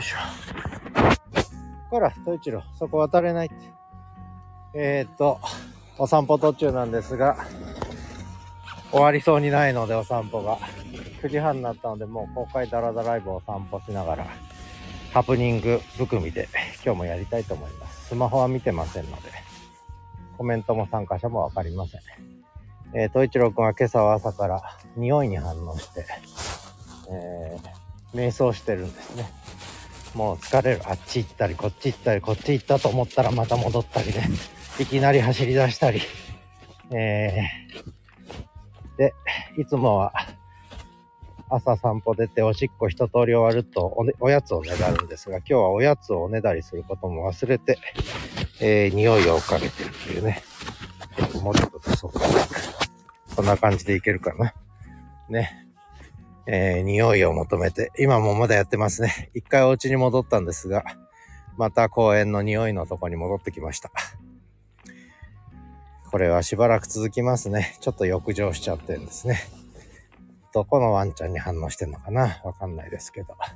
いしょ。ほら、統一郎、そこ渡れないって。お散歩途中なんですが、終わりそうにないのでお散歩が。9時半になったので、もう公開ダラダライブを散歩しながら、ハプニング含みで今日もやりたいと思います。スマホは見てませんので、コメントも参加者もわかりません。統一郎くんは今朝は朝から匂いに反応して、瞑想してるんですね。もう疲れる。あっち行ったりこっち行ったりこっち行ったと思ったらまた戻ったりね。いきなり走り出したり。で、いつもは朝散歩出ておしっこ一通り終わると おやつをねだるんですが、今日はおやつをおねだりすることも忘れて、匂いを追っかけてるっていうね。もうちょっと出そうかな。こんな感じでいけるかな。ね。匂いを求めて、今もまだやってますね。一回お家に戻ったんですが、また公園の匂いのとこに戻ってきました。これはしばらく続きますね。ちょっと浴場しちゃってるんですね。どこのワンちゃんに反応してんのかな、わかんないですけど。はい。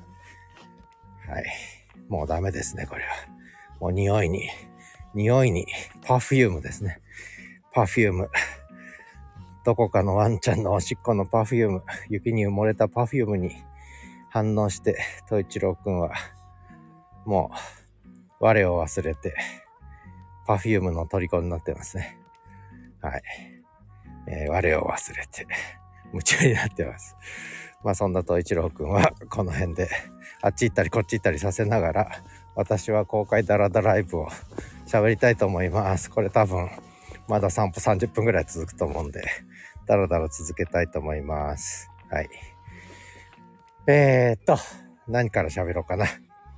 もうダメですね、これは。もう匂いに、パフュームですね。パフューム。どこかのワンちゃんのおしっこのパフューム、雪に埋もれたパフュームに反応して、統一郎くんは、もう、我を忘れて、パフュームの虜になってますね。はい。我を忘れて、夢中になってます。まあそんな統一郎くんは、この辺で、あっち行ったりこっち行ったりさせながら、私は公開ダラダライブを喋りたいと思います。これ多分、まだ散歩30分ぐらい続くと思うんで、ダラダラ続けたいと思います。はい。何から喋ろうかな。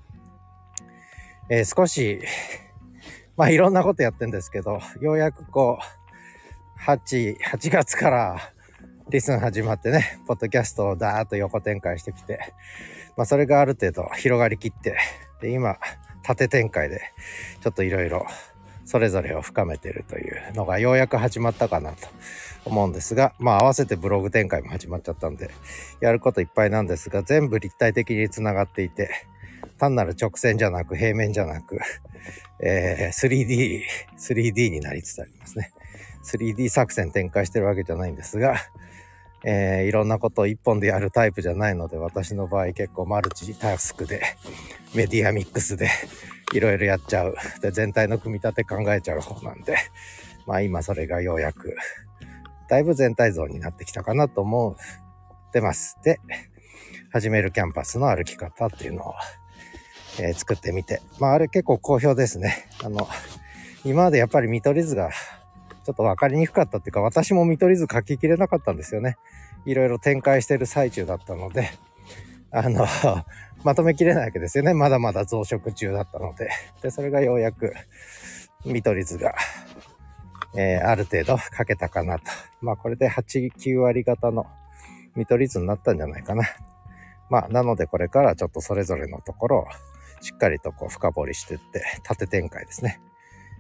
少し、まあいろんなことやってんですけど、ようやくこう、8月からリスン始まってね、ポッドキャストをダーッと横展開してきて、まあそれがある程度広がりきって、で今、縦展開で、ちょっといろいろそれぞれを深めてるというのがようやく始まったかなと思うんですが、まあ合わせてブログ展開も始まっちゃったんで、やることいっぱいなんですが、全部立体的につながっていて、単なる直線じゃなく平面じゃなく、3D になりつつありますね。3D 作戦展開してるわけじゃないんですが、いろんなことを一本でやるタイプじゃないので、私の場合結構マルチタスクで、メディアミックスでいろいろやっちゃう。で、全体の組み立て考えちゃう方なんで、まあ今それがようやく、だいぶ全体像になってきたかなと思ってます。で、始めるキャンパスの歩き方っていうのを、作ってみて。まああれ結構好評ですね。今までやっぱり見取り図がちょっと分かりにくかったっていうか、私も見取り図書ききれなかったんですよね。いろいろ展開してる最中だったので、まとめきれないわけですよね。まだまだ増殖中だったので。で、それがようやく見取り図が、ある程度書けたかなと。まあこれで8、9割方の見取り図になったんじゃないかな。まあなのでこれからちょっとそれぞれのところをしっかりとこう深掘りしていって、縦展開ですね。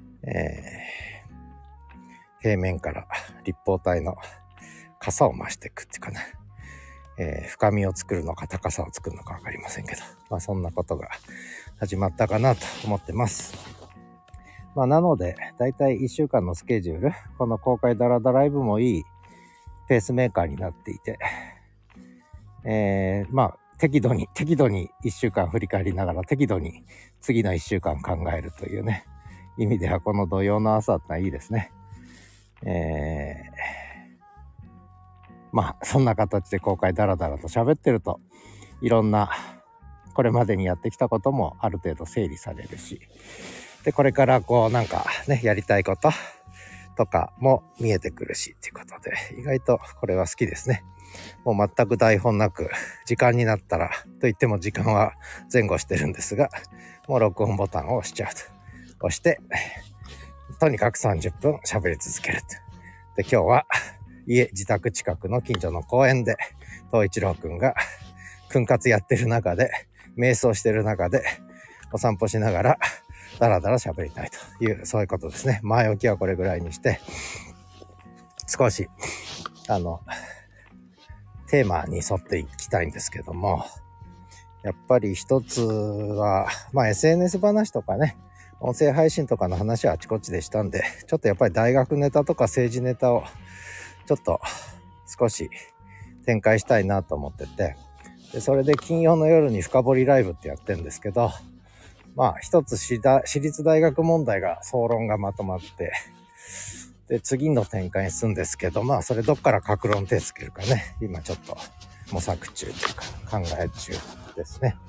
平面から立方体の傘を増していくっていうかな。深みを作るのか高さを作るのか分かりませんけど、まあそんなことが始まったかなと思ってます。まあなのでだいたい1週間のスケジュール、この公開ダラダライブもいいペースメーカーになっていて、まあ適度に1週間振り返りながら適度に次の1週間考えるというね意味では、この土曜の朝ってのはいいですね。まあそんな形で公開ダラダラと喋ってると、いろんなこれまでにやってきたこともある程度整理されるし、でこれからこうなんかねやりたいこととかも見えてくるしっていうことで、意外とこれは好きですね。もう全く台本なく、時間になったらと言っても時間は前後してるんですが、もう録音ボタンを押しちゃうと、押してとにかく30分喋り続けると。で今日は自宅近くの近所の公園で東一郎くんが訓活やってる中で、瞑想してる中でお散歩しながらだらだら喋りたいという、そういうことですね。前置きはこれぐらいにして、少しテーマに沿っていきたいんですけども、 やっぱり一つは、SNS 話とかね、音声配信とかの話はあちこちでしたんで、ちょっとやっぱり大学ネタとか政治ネタをちょっと少し展開したいなと思ってて、でそれで金曜の夜に深掘りライブってやってるんですけど、一つ私立大学問題が総論がまとまって、で次の展開に進むんですけど、それどっから各論手つけるかね、今ちょっと模索中というか考え中ですね。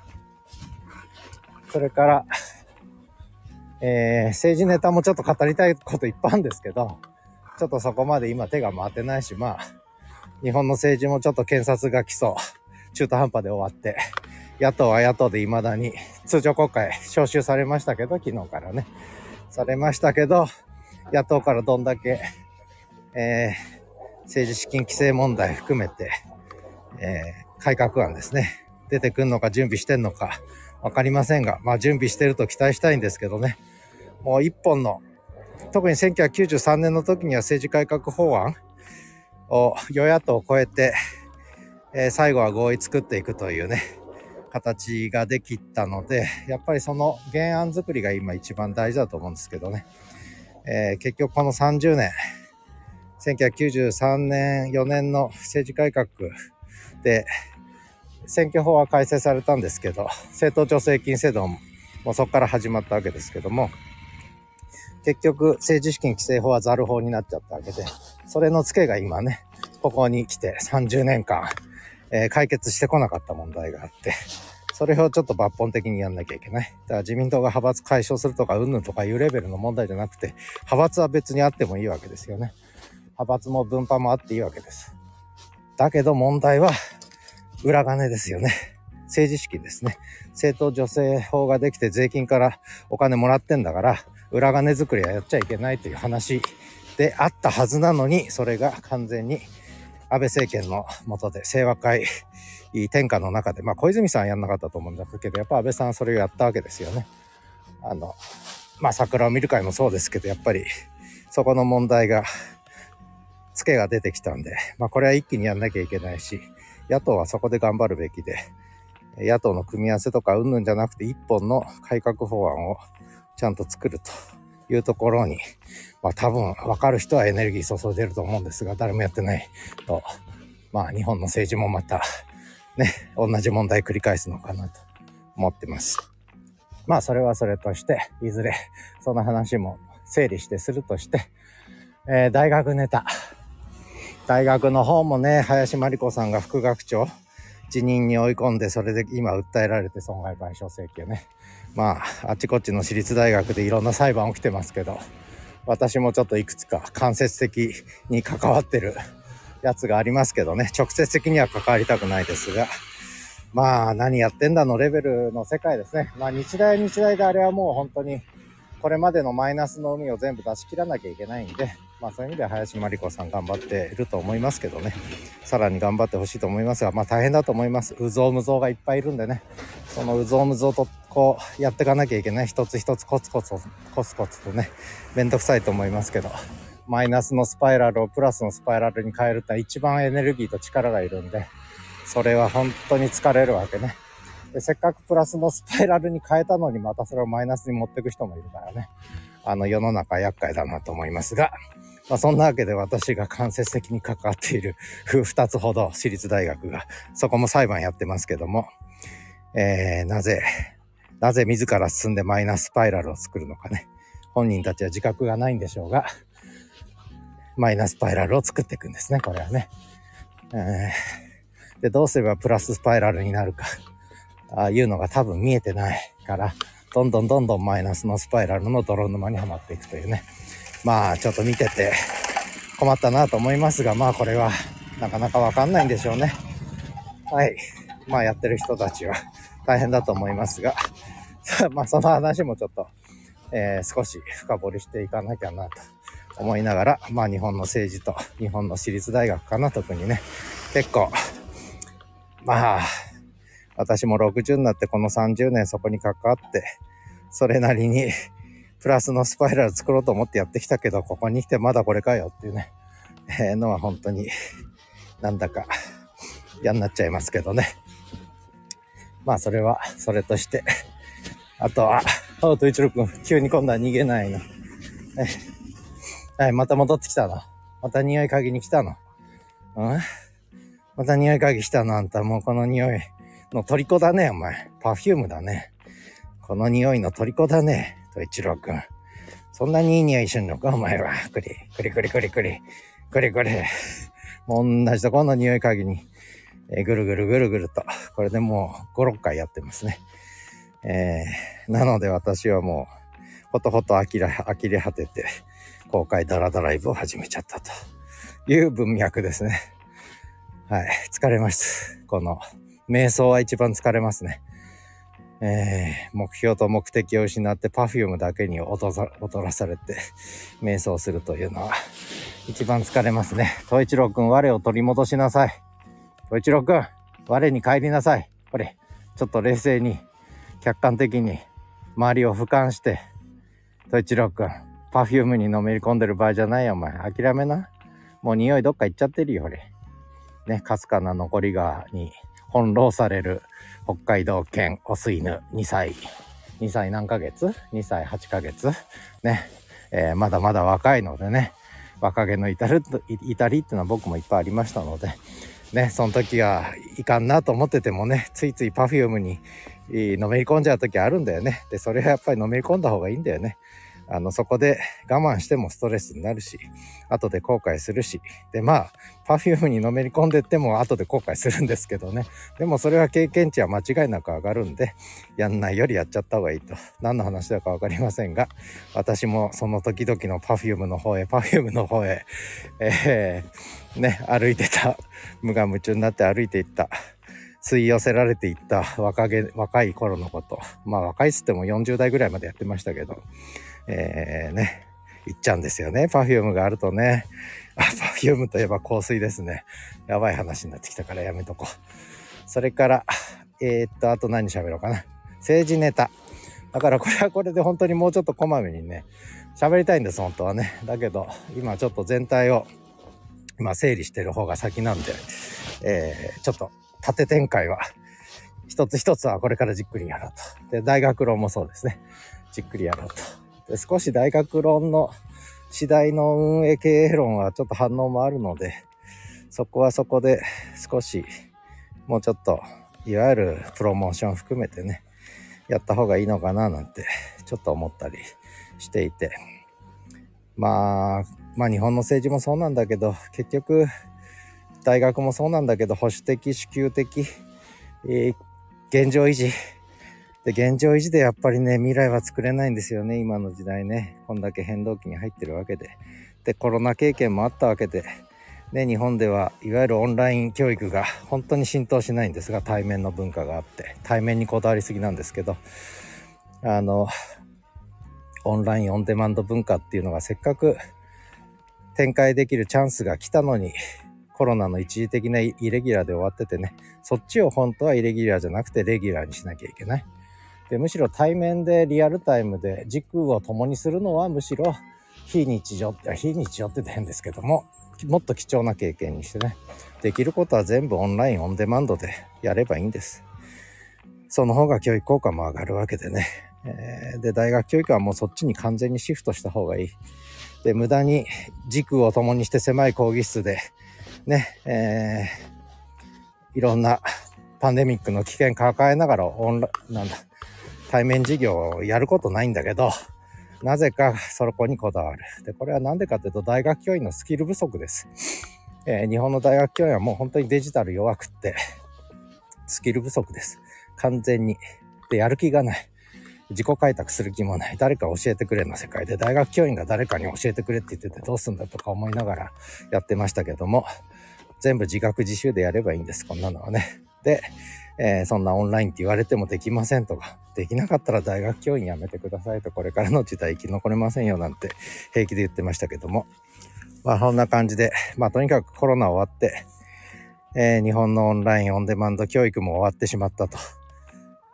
それから、政治ネタもちょっと語りたいこといっぱいあるんですけど、ちょっとそこまで今手が回ってないし、日本の政治もちょっと検察が起訴中途半端で終わって、野党は野党で未だに通常国会召集されましたけど、昨日からねされましたけど、野党からどんだけ、政治資金規正問題含めて、改革案ですね出てくんのか準備してんのかわかりませんが、準備してると期待したいんですけどね。もう一本の、特に1993年の時には政治改革法案を与野党を超えて、最後は合意作っていくというね形ができたので、やっぱりその原案作りが今一番大事だと思うんですけどね。結局この30年、1993年4年の政治改革で選挙法は改正されたんですけど、政党助成金制度もそこから始まったわけですけども、結局政治資金規正法はザル法になっちゃったわけで、それのツケが今ねここに来て30年間、解決してこなかった問題があって、それをちょっと抜本的にやんなきゃいけない。だから自民党が派閥解消するとかうんぬんとかいうレベルの問題じゃなくて、派閥は別にあってもいいわけですよね。派閥も分派もあっていいわけです。だけど問題は裏金ですよね。政治資金ですね。政党助成法ができて税金からお金もらってんだから、裏金作りはやっちゃいけないという話であったはずなのに、それが完全に安倍政権の下で清和会天下の中で、小泉さんはやんなかったと思うんだけど、やっぱ安倍さんはそれをやったわけですよね。桜を見る会もそうですけど、やっぱりそこの問題がツケが出てきたんで、これは一気にやんなきゃいけないし、野党はそこで頑張るべきで、野党の組み合わせとかうんぬんじゃなくて一本の改革法案をちゃんと作るというところに、多分分かる人はエネルギー注いでると思うんですが、誰もやってないと、日本の政治もまたね同じ問題繰り返すのかなと思ってます。それはそれとして、いずれその話も整理してするとして、大学ネタ、大学の方もね、林真理子さんが副学長辞任に追い込んで、それで今訴えられて損害賠償請求ね。あちこちの私立大学でいろんな裁判起きてますけど、私もちょっといくつか間接的に関わってるやつがありますけどね、直接的には関わりたくないですが、何やってんだのレベルの世界ですね。日大であれはもう本当にこれまでのマイナスの海を全部出し切らなきゃいけないんで、そういう意味では林真理子さん頑張っていると思いますけどね、さらに頑張ってほしいと思いますが、大変だと思います。うぞうむぞうがいっぱいいるんでね、そのうぞうむぞうとこうやっていかなきゃいけない。一つ一つコツコツとね、めんどくさいと思いますけど、マイナスのスパイラルをプラスのスパイラルに変えるって一番エネルギーと力がいるんで、それは本当に疲れるわけね。でせっかくプラスのスパイラルに変えたのに、またそれをマイナスに持っていく人もいるからね、世の中厄介だなと思いますが、そんなわけで私が間接的に関わっている2つほど私立大学が、そこも裁判やってますけども、なぜ自ら進んでマイナススパイラルを作るのかね、本人たちは自覚がないんでしょうが、マイナススパイラルを作っていくんですね、これはね。でどうすればプラススパイラルになるかいうのが多分見えてないから、どんどんマイナスのスパイラルの泥沼にはまっていくというね、ちょっと見てて困ったなと思いますが、これはなかなかわかんないんでしょうね。はい、やってる人たちは大変だと思いますが、その話もちょっと、少し深掘りしていかなきゃなと思いながら、日本の政治と日本の私立大学かな、特にね、結構私も60になってこの30年そこに関わって、それなりにプラスのスパイラル作ろうと思ってやってきたけど、ここに来てまだこれかよっていうね、のは本当になんだか嫌になっちゃいますけどね。 まあそれはそれとして、あとはと一郎くん急に今度は逃げないの。はい、また戻ってきたの。また匂い嗅ぎに来たの。また匂い嗅ぎ来たの。あんたもうこの匂いの虜だね、お前。パフュームだね。この匂いの虜だね、と一郎くん。そんなにいい匂いするのか、お前は。くり。もう同じところの匂い嗅ぎに、ぐるぐると、これでもう5、6回やってますね。なので私はもう、ほとほと呆れ果てて、公開ダラダライブを始めちゃったという文脈ですね。はい、疲れます。この、瞑想は一番疲れますね。目標と目的を失ってパフュームだけに踊らされて瞑想するというのは一番疲れますね。東一郎くん、我を取り戻しなさい。東一郎くん、我に帰りなさい。これちょっと冷静に客観的に周りを俯瞰して、東一郎くん、パフュームにのめり込んでる場合じゃないよ、お前。諦めな。もう匂いどっか行っちゃってるよ、俺ね。かすかな残りがに翻弄される北海道犬オス犬2歳何ヶ月 ?2 歳8ヶ月ね、まだまだ若いのでね、若気の至りっていうのは僕もいっぱいありましたのでね、その時はいかんなと思っててもね、ついついパフュームにのめり込んじゃう時あるんだよね。でそれはやっぱりのめり込んだ方がいいんだよね。そこで我慢してもストレスになるし、後で後悔するし、でまあパフュームにのめり込んでっても後で後悔するんですけどね。でもそれは経験値は間違いなく上がるんで、やんないよりやっちゃった方がいいと。何の話だか分かりませんが、私もその時々のパフュームの方へね、歩いてた、無我夢中になって歩いていった吸い寄せられていった若い頃のこと、まあ若いっつっても40代ぐらいまでやってましたけど、ね、行っちゃうんですよね。パフュームがあるとね。パフュームといえば香水ですね。やばい話になってきたからやめとこう。それから、あと何喋ろうかな。政治ネタ。だからこれはこれで本当にもうちょっとこまめにね、喋りたいんです、本当はね。だけど、今ちょっと全体を、整理してる方が先なんで、ちょっと縦展開は、一つ一つはこれからじっくりやろうと。で、大学論もそうですね。じっくりやろうと。で少し大学論の次第の運営経営論はちょっと反応もあるので、そこはそこで少しもうちょっといわゆるプロモーション含めてね、やった方がいいのかななんてちょっと思ったりしていて、まあ日本の政治もそうなんだけど、結局大学もそうなんだけど、保守的主給的、現状維持で、現状維持でやっぱりね、未来は作れないんですよね、今の時代ね。こんだけ変動期に入ってるわけで。で、コロナ経験もあったわけで、ね、日本ではいわゆるオンライン教育が本当に浸透しないんですが、対面の文化があって、対面にこだわりすぎなんですけど、オンラインオンデマンド文化っていうのがせっかく展開できるチャンスが来たのに、コロナの一時的なイレギュラーで終わっててね、そっちを本当はイレギュラーじゃなくてレギュラーにしなきゃいけない。でむしろ対面でリアルタイムで時空を共にするのはむしろ非日常って変ですけども、もっと貴重な経験にしてね、できることは全部オンラインオンデマンドでやればいいんです。その方が教育効果も上がるわけでね、で大学教育はもうそっちに完全にシフトした方がいい。で無駄に時空を共にして狭い講義室でね、いろんなパンデミックの危険抱えながら対面授業をやることないんだけど、なぜかそこにこだわる。でこれはなんでかというと、大学教員のスキル不足です。日本の大学教員はもう本当にデジタル弱くってスキル不足です、完全に。でやる気がない、自己開拓する気もない、誰か教えてくれの世界で、大学教員が誰かに教えてくれって言っててどうすんだとか思いながらやってましたけども、全部自学自習でやればいいんです、こんなのはね。でそんなオンラインって言われてもできませんとか、できなかったら大学教員やめてくださいと、これからの時代生き残れませんよなんて平気で言ってましたけども、そんな感じで、とにかくコロナ終わって、日本のオンラインオンデマンド教育も終わってしまったと。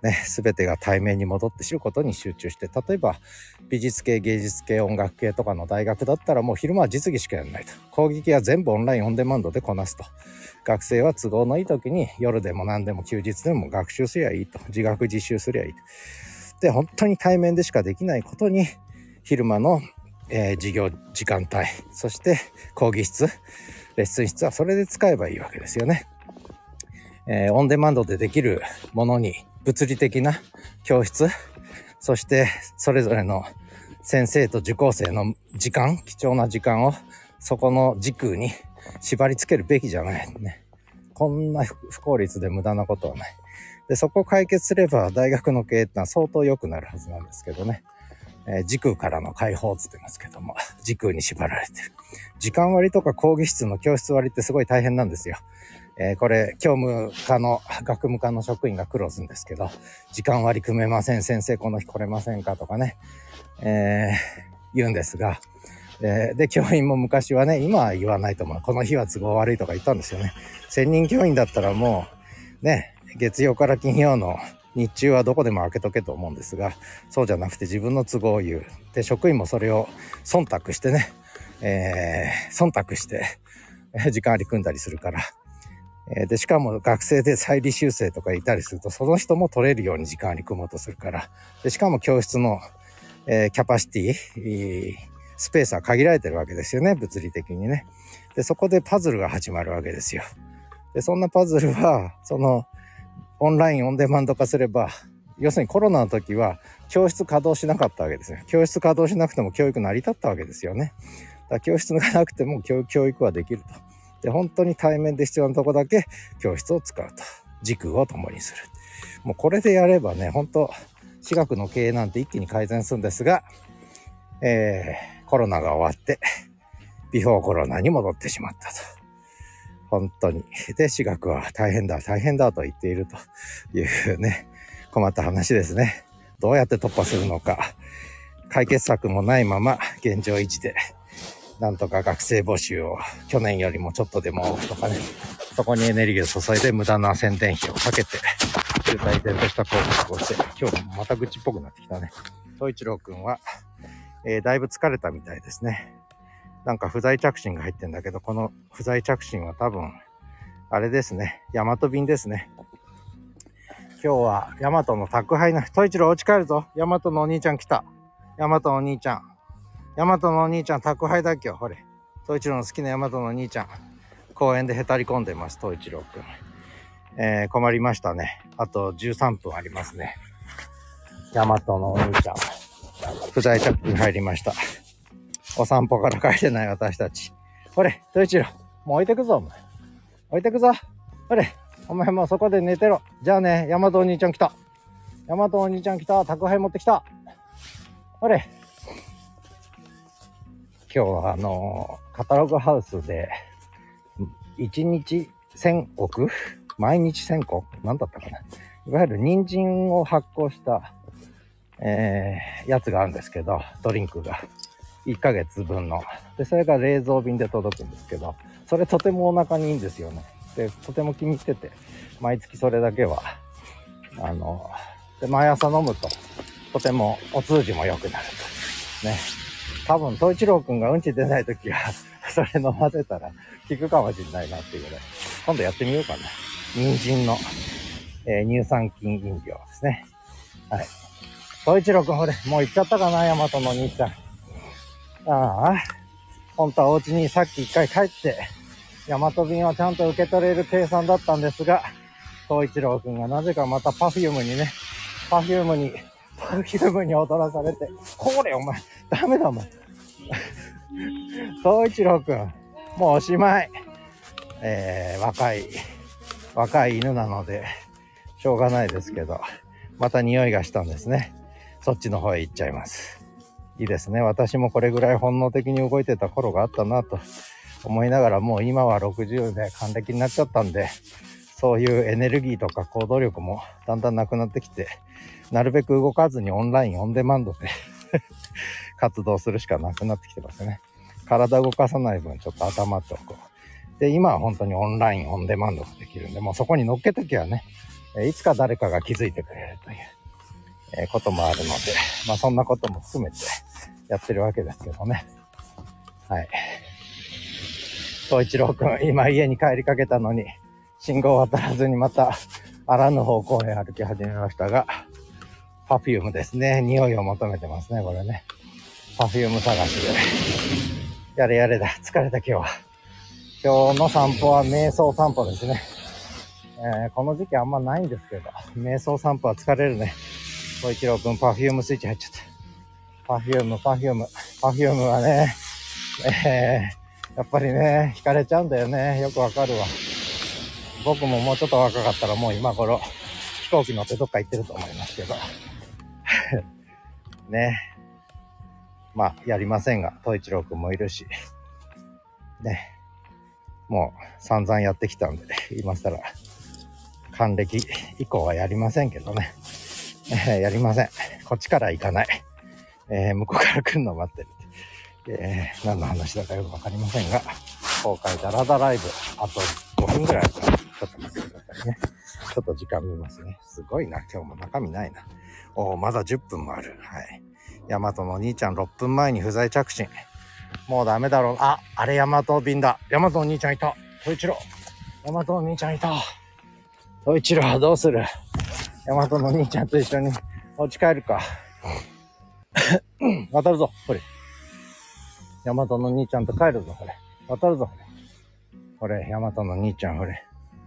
ね、全てが対面に戻って知ることに集中して、例えば美術系、芸術系、音楽系とかの大学だったらもう昼間は実技しかやらないと。講義は全部オンラインオンデマンドでこなすと。学生は都合のいい時に夜でも何でも休日でも学習すりゃいいと。自学自習すりゃいいと。で、本当に対面でしかできないことに昼間の、授業時間帯、そして講義室、レッスン室はそれで使えばいいわけですよね。オンデマンドでできるものに物理的な教室、そしてそれぞれの先生と受講生の時間、貴重な時間をそこの時空に縛り付けるべきじゃないね。こんな不効率で無駄なことはない。で、そこを解決すれば大学の経営ってのは相当良くなるはずなんですけどね。時空からの解放って言ってますけども、時空に縛られてる。時間割とか講義室の教室割ってすごい大変なんですよ。これ教務課の学務課の職員が苦労するんですけど、時間割組めません、先生この日来れませんかとかね、言うんですが、で教員も昔はね、今は言わないと思う、この日は都合悪いとか言ったんですよね。専任教員だったらもうね、月曜から金曜の日中はどこでも開けとけと思うんですが、そうじゃなくて自分の都合を言う。で、職員もそれを忖度してね、忖度して時間割り組んだりするから、でしかも学生で再履修生とかいたりすると、その人も取れるように時間割り組もうとするから、でしかも教室の、キャパシティ、スペースは限られてるわけですよね、物理的にね。でそこでパズルが始まるわけですよ。でそんなパズルはそのオンラインオンデマンド化すれば、要するにコロナの時は教室稼働しなかったわけですよ。教室稼働しなくても教育成り立ったわけですよね。だから教室がなくても教育はできると。で本当に対面で必要なとこだけ教室を使うと。時空を共にする。もうこれでやればね、本当私学の経営なんて一気に改善するんですが、コロナが終わってビフォーコロナに戻ってしまったと。本当に。で、私学は大変だと言っているというね、困った話ですね。どうやって突破するのか。解決策もないまま現状維持で、なんとか学生募集を去年よりもちょっとでもとかね、そこにエネルギーを注いで無駄な宣伝費をかけて、集大成とした広告をして、今日もまた愚痴っぽくなってきたね。東一郎くんは、だいぶ疲れたみたいですね。なんか不在着信が入ってんだけど、この不在着信は多分あれですね、大和便ですね。今日は大和の宅配の東一郎お家帰るぞ。大和のお兄ちゃん来た。大和のお兄ちゃん宅配だ今日。ほれ、東一郎の好きな大和のお兄ちゃん公園でへたり込んでます。東一郎くん、困りましたね。あと13分ありますね。大和のお兄ちゃん不在着信入りました。お散歩から帰れない私たち。ほれ、東一郎、もう置いてくぞ、お前。置いてくぞ。ほれ、お前もうそこで寝てろ。じゃあね、大和お兄ちゃん来た。大和お兄ちゃん来た。宅配持ってきた。ほれ。今日はカタログハウスで、1日1000億毎日1000個何だったかな。いわゆる人参を発酵した、やつがあるんですけど、ドリンクが。1ヶ月分の。で、それが冷蔵便で届くんですけど、それとてもお腹にいいんですよね。で、とても気に入ってて、毎月それだけは、で毎朝飲むと、とてもお通じも良くなると。ね。多分、東一郎くんがうんち出ないときは、それ飲ませたら効くかもしれないなっていうぐらい。今度やってみようかな。人参の、乳酸菌飲料ですね。はい。東一郎くん、ほれ、もう行っちゃったかな、大和の兄ちゃん。ああ、本当はお家にさっき一回帰って、大和便をちゃんと受け取れる計算だったんですが、東一郎くんがなぜかまたパフュームに踊らされて、これお前、ダメだお前。東一郎くん、もうおしまい。若い犬なので、しょうがないですけど、また匂いがしたんですね。そっちの方へ行っちゃいます。いいですね。私もこれぐらい本能的に動いてた頃があったなと思いながら、もう今は60で還暦になっちゃったんで、そういうエネルギーとか行動力もだんだんなくなってきて、なるべく動かずにオンラインオンデマンドで活動するしかなくなってきてますね。体動かさない分ちょっと頭とこうで、今は本当にオンラインオンデマンドができるんで、もうそこに乗っけときはね、 いつか誰かが気づいてくれるという、こともあるので、まあそんなことも含めてやってるわけですけどね。はい。東一郎くん、今家に帰りかけたのに、信号を渡らずにまた、あらぬ方向へ歩き始めましたが、パフュームですね。匂いを求めてますね、これね。パフューム探しで。やれやれだ。疲れた今日は。今日の散歩は瞑想散歩ですね。この時期あんまないんですけど、瞑想散歩は疲れるね。小一郎くん、パフュームスイッチ入っちゃった。パフュームはね、やっぱりね、惹かれちゃうんだよね。よくわかるわ。僕ももうちょっと若かったらもう今頃、飛行機乗ってどっか行ってると思いますけど。ね。まあ、やりませんが、東一郎くんもいるし、ね。もう散々やってきたんで、今更、還暦以降はやりませんけどね。やりません。こっちから行かない。向こうから来るのを待ってる。何の話だかよくわかりませんが、公開ダラダライブ、あと5分ぐらいあるから、ちょっと待ってくださいね。ちょっと時間見ますね。すごいな、今日も中身ないな。まだ10分もある。はい。ヤマトの兄ちゃん6分前に不在着信。もうダメだろう。あれヤマト便だ。ヤマトの兄ちゃんいた。東一郎。ヤマトの兄ちゃんいた。東一郎はどうする？ヤマトの兄ちゃんと一緒にお家帰るか。渡るぞ、これ。ヤマトの兄ちゃんと帰るぞ、これ。渡るぞ、これ。ヤマトの兄ちゃん、これ。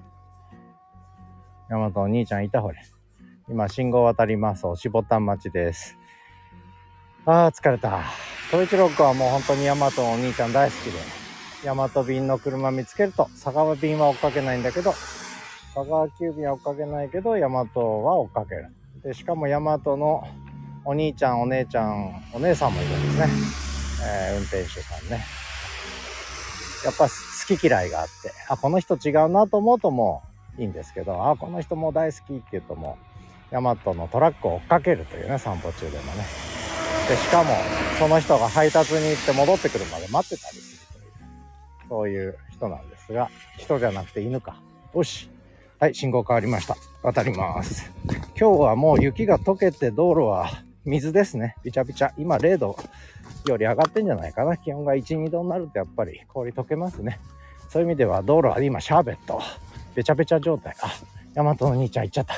ヤマトの兄ちゃんいた、これ。今、信号渡ります。押しボタン待ちです。疲れた。東一郎くんはもう本当にヤマトのお兄ちゃん大好きで、ヤマト便の車見つけると、佐川便は追っかけないんだけど、佐川急便は追っかけないけど、ヤマトは追っかける。で、しかもヤマトのお兄ちゃん、お姉ちゃん、お姉さんもいるんですね。運転手さんね。やっぱ好き嫌いがあって、この人違うなと思うともういいんですけど、この人も大好きって言うともう、ヤマトのトラックを追っかけるというね、散歩中でもね。で、しかも、その人が配達に行って戻ってくるまで待ってたりするという、そういう人なんですが、人じゃなくて犬か。よし。はい、信号変わりました。渡ります。今日はもう雪が溶けて道路は水ですね。びちゃびちゃ。今0度より上がってんじゃないかな。気温が1、2度になるとやっぱり氷溶けますね。そういう意味では道路は今シャーベット。べちゃべちゃ状態。ヤマトの兄ちゃん行っちゃった。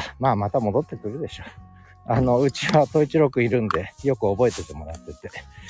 また戻ってくるでしょ。うちは東一郎くんいるんで、よく覚えててもらってて。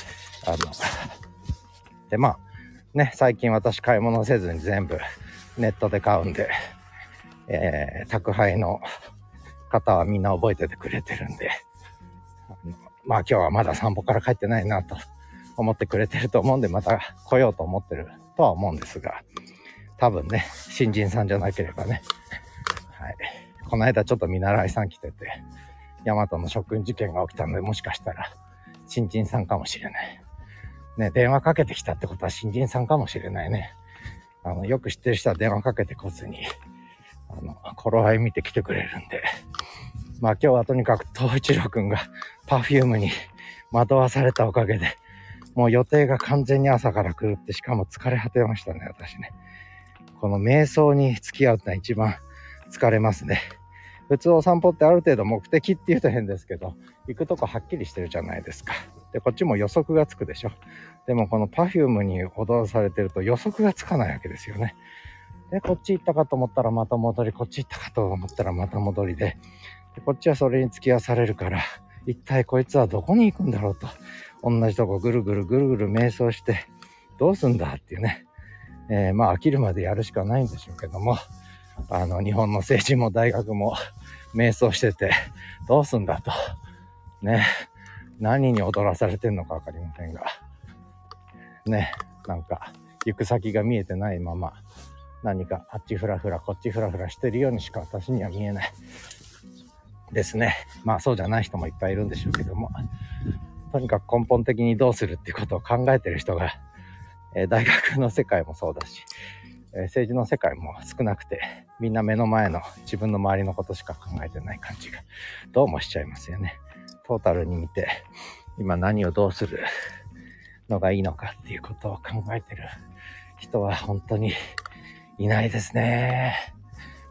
で、ね、最近私買い物せずに全部ネットで買うんで、宅配の方はみんな覚えててくれてるんで、今日はまだ散歩から帰ってないなと思ってくれてると思うんで、また来ようと思ってるとは思うんですが、多分ね、新人さんじゃなければね。はい。この間ちょっと見習いさん来てて、ヤマトの職員事件が起きたので、もしかしたら新人さんかもしれない。ね、電話かけてきたってことは新人さんかもしれないね。よく知ってる人は電話かけてこずに、頃合い見て来てくれるんで。今日はとにかく東一郎くんがパフュームに惑わされたおかげで、もう予定が完全に朝から狂って、しかも疲れ果てましたね、私ね。この瞑想に付き合うってのは一番疲れますね。普通お散歩ってある程度目的って言うと変ですけど、行くとこはっきりしてるじゃないですか。で、こっちも予測がつくでしょ。でもこのパフュームに踊らされてると予測がつかないわけですよね。で、こっち行ったかと思ったらまた戻り、こっち行ったかと思ったらまた戻りで、こっちはそれに付き合わされるから、一体こいつはどこに行くんだろうと、同じとこぐるぐる瞑想してどうすんだっていうね。飽きるまでやるしかないんでしょうけども、日本の政治も大学も瞑想しててどうすんだとね、何に踊らされてんのか分かりませんがね、なんか行く先が見えてないまま、何かあっちフラフラこっちフラフラしてるようにしか私には見えないですね。そうじゃない人もいっぱいいるんでしょうけども、とにかく根本的にどうするっていうことを考えてる人が、大学の世界もそうだし、政治の世界も少なくて、みんな目の前の自分の周りのことしか考えてない感じがどうもしちゃいますよね。トータルに見て今何をどうするのがいいのかっていうことを考えてる人は本当にいないですね。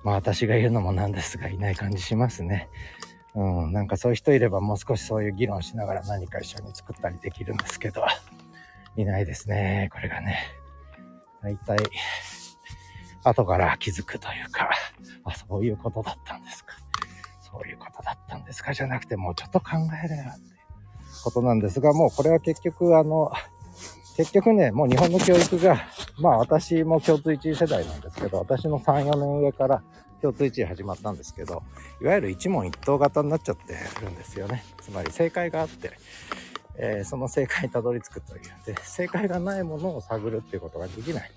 まあ私が言うのもなんですがいない感じしますね。なんかそういう人いればもう少しそういう議論しながら何か一緒に作ったりできるんですけど、いないですね、これがね。だいたい後から気づくというか、そういうことだったんですか。そういうことだったんですかじゃなくて、もうちょっと考えれよっていうことなんですが、もうこれは結局ね、もう日本の教育が、まあ私も共通一位世代なんですけど、私の3、4年上から共通一位始まったんですけど、いわゆる一問一答型になっちゃってるんですよね。つまり正解があって、その正解にたどり着くという。で、正解がないものを探るっていうことができない。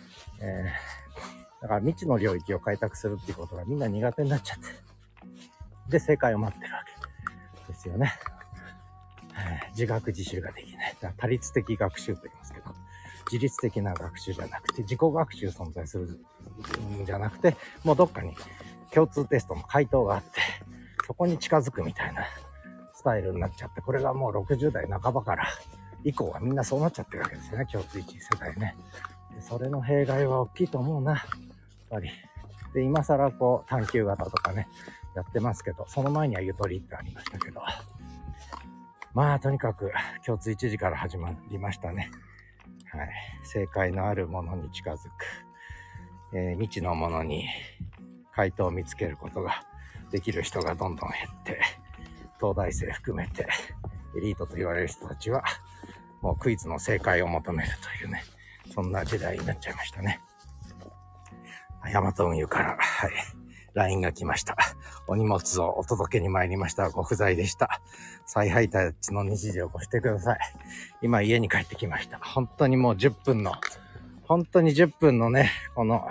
だから未知の領域を開拓するっていうことがみんな苦手になっちゃって。で、正解を待ってるわけですよね。自学自習ができない。だから多律的学習と言いますけど、自律的な学習じゃなくて、自己学習存在するんじゃなくて、もうどっかに共通テストの回答があって、そこに近づくみたいなスタイルになっちゃって、これがもう60代半ばから以降はみんなそうなっちゃってるわけですよね、共通一位世代ね。でそれの弊害は大きいと思うな、やっぱり。で、今更こう探究型とかね、やってますけど、その前にはゆとりってありましたけど、まあとにかく共通一時から始まりましたね。はい、正解のあるものに近づく、未知のものに回答を見つけることができる人がどんどん減って、東大生含めてエリートと言われる人たちはもうクイズの正解を求めるというね、そんな時代になっちゃいましたね。ヤマト運輸から、はい、LINE が来ました。お荷物をお届けに参りました。ご不在でした。再配達の日時をごしてください。今家に帰ってきました。本当にもう10分のね、この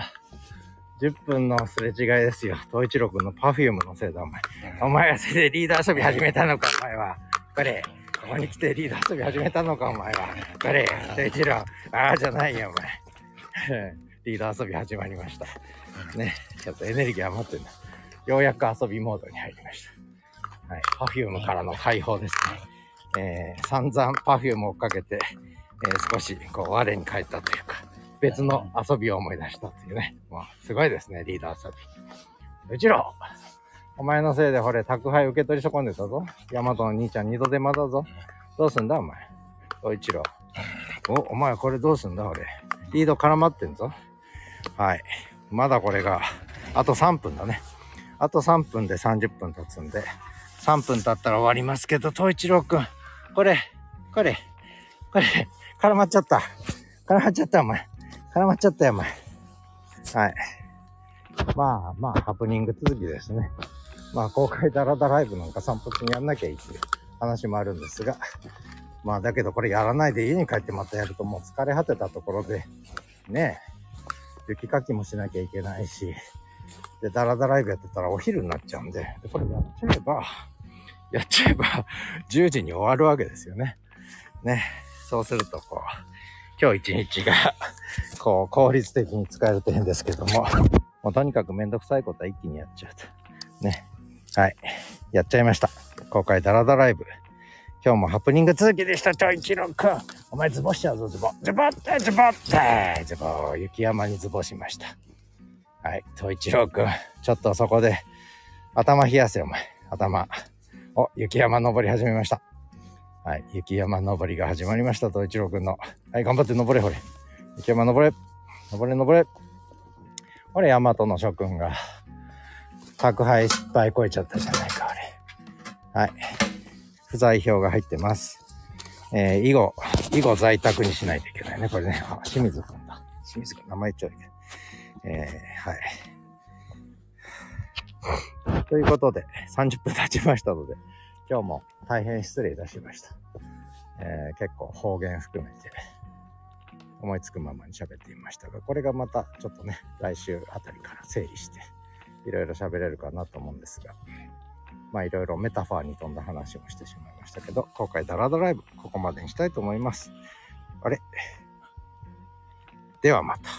10分のすれ違いですよ。東一郎くんのパフュームのせいだ、お前はそれでリーダー遊び始めたのか、お前は。ここに来てリーダー遊び始めたのか、お前は。東一郎、じゃないよ、お前。リーダー遊び始まりました。ね、ちょっとエネルギー余ってんだ。ようやく遊びモードに入りました。はい、パフュームからの解放ですね。散々パフュームをかけて、少しこう我に返ったというか、別の遊びを思い出したというね。もうすごいですね、リーダー遊び。うちろ、お前のせいでほれ、宅配受け取り損ねたぞ。ヤマトの兄ちゃん二度手間だぞ。どうすんだお前。おいちろ。お前これどうすんだ俺。リード絡まってんぞ。はい。まだこれが、あと3分だね。あと3分で30分経つんで、3分経ったら終わりますけど、東一郎くん。これ、絡まっちゃった。お前。絡まっちゃったよ、お前。はい。まあ、ハプニング続きですね。まあ、公開ダラダライブなんか散髪にやんなきゃいいっていう話もあるんですが、まあ、だけどこれやらないで家に帰ってまたやるともう疲れ果てたところで、ねえ、雪かきもしなきゃいけないし、で、ダラダライブやってたらお昼になっちゃうんで、これやっちゃえば、10時に終わるわけですよね。ね。そうすると、こう、今日一日が、こう、効率的に使えるといいんですけども、もうとにかくめんどくさいことは一気にやっちゃうと。ね。はい。やっちゃいました。公開ダラダライブ。今日もハプニング続きでした。一郎くん。お前ズボしちゃうぞ、ズボ。雪山にズボしました。はい。東一郎くん。ちょっとそこで、頭冷やせよ、お前。お、雪山登り始めました。はい。雪山登りが始まりました。東一郎くんの。はい。頑張って登れ、ほれ。雪山登れ。これ、大和の諸君が、宅配失敗超えちゃったじゃないか、俺。はい。不在票が入ってます。以後在宅にしないといけないね。これね。清水くんだ。清水くん、名前言っちゃうけど。はい。ということで、30分経ちましたので、今日も大変失礼いたしました。結構方言含めて、思いつくままに喋ってみましたが、これがまたちょっとね、来週あたりから整理して、いろいろ喋れるかなと思うんですが、まあいろいろメタファーに富んだ話もしてしまいましたけど、公開ダラダライブ、ここまでにしたいと思います。ではまた。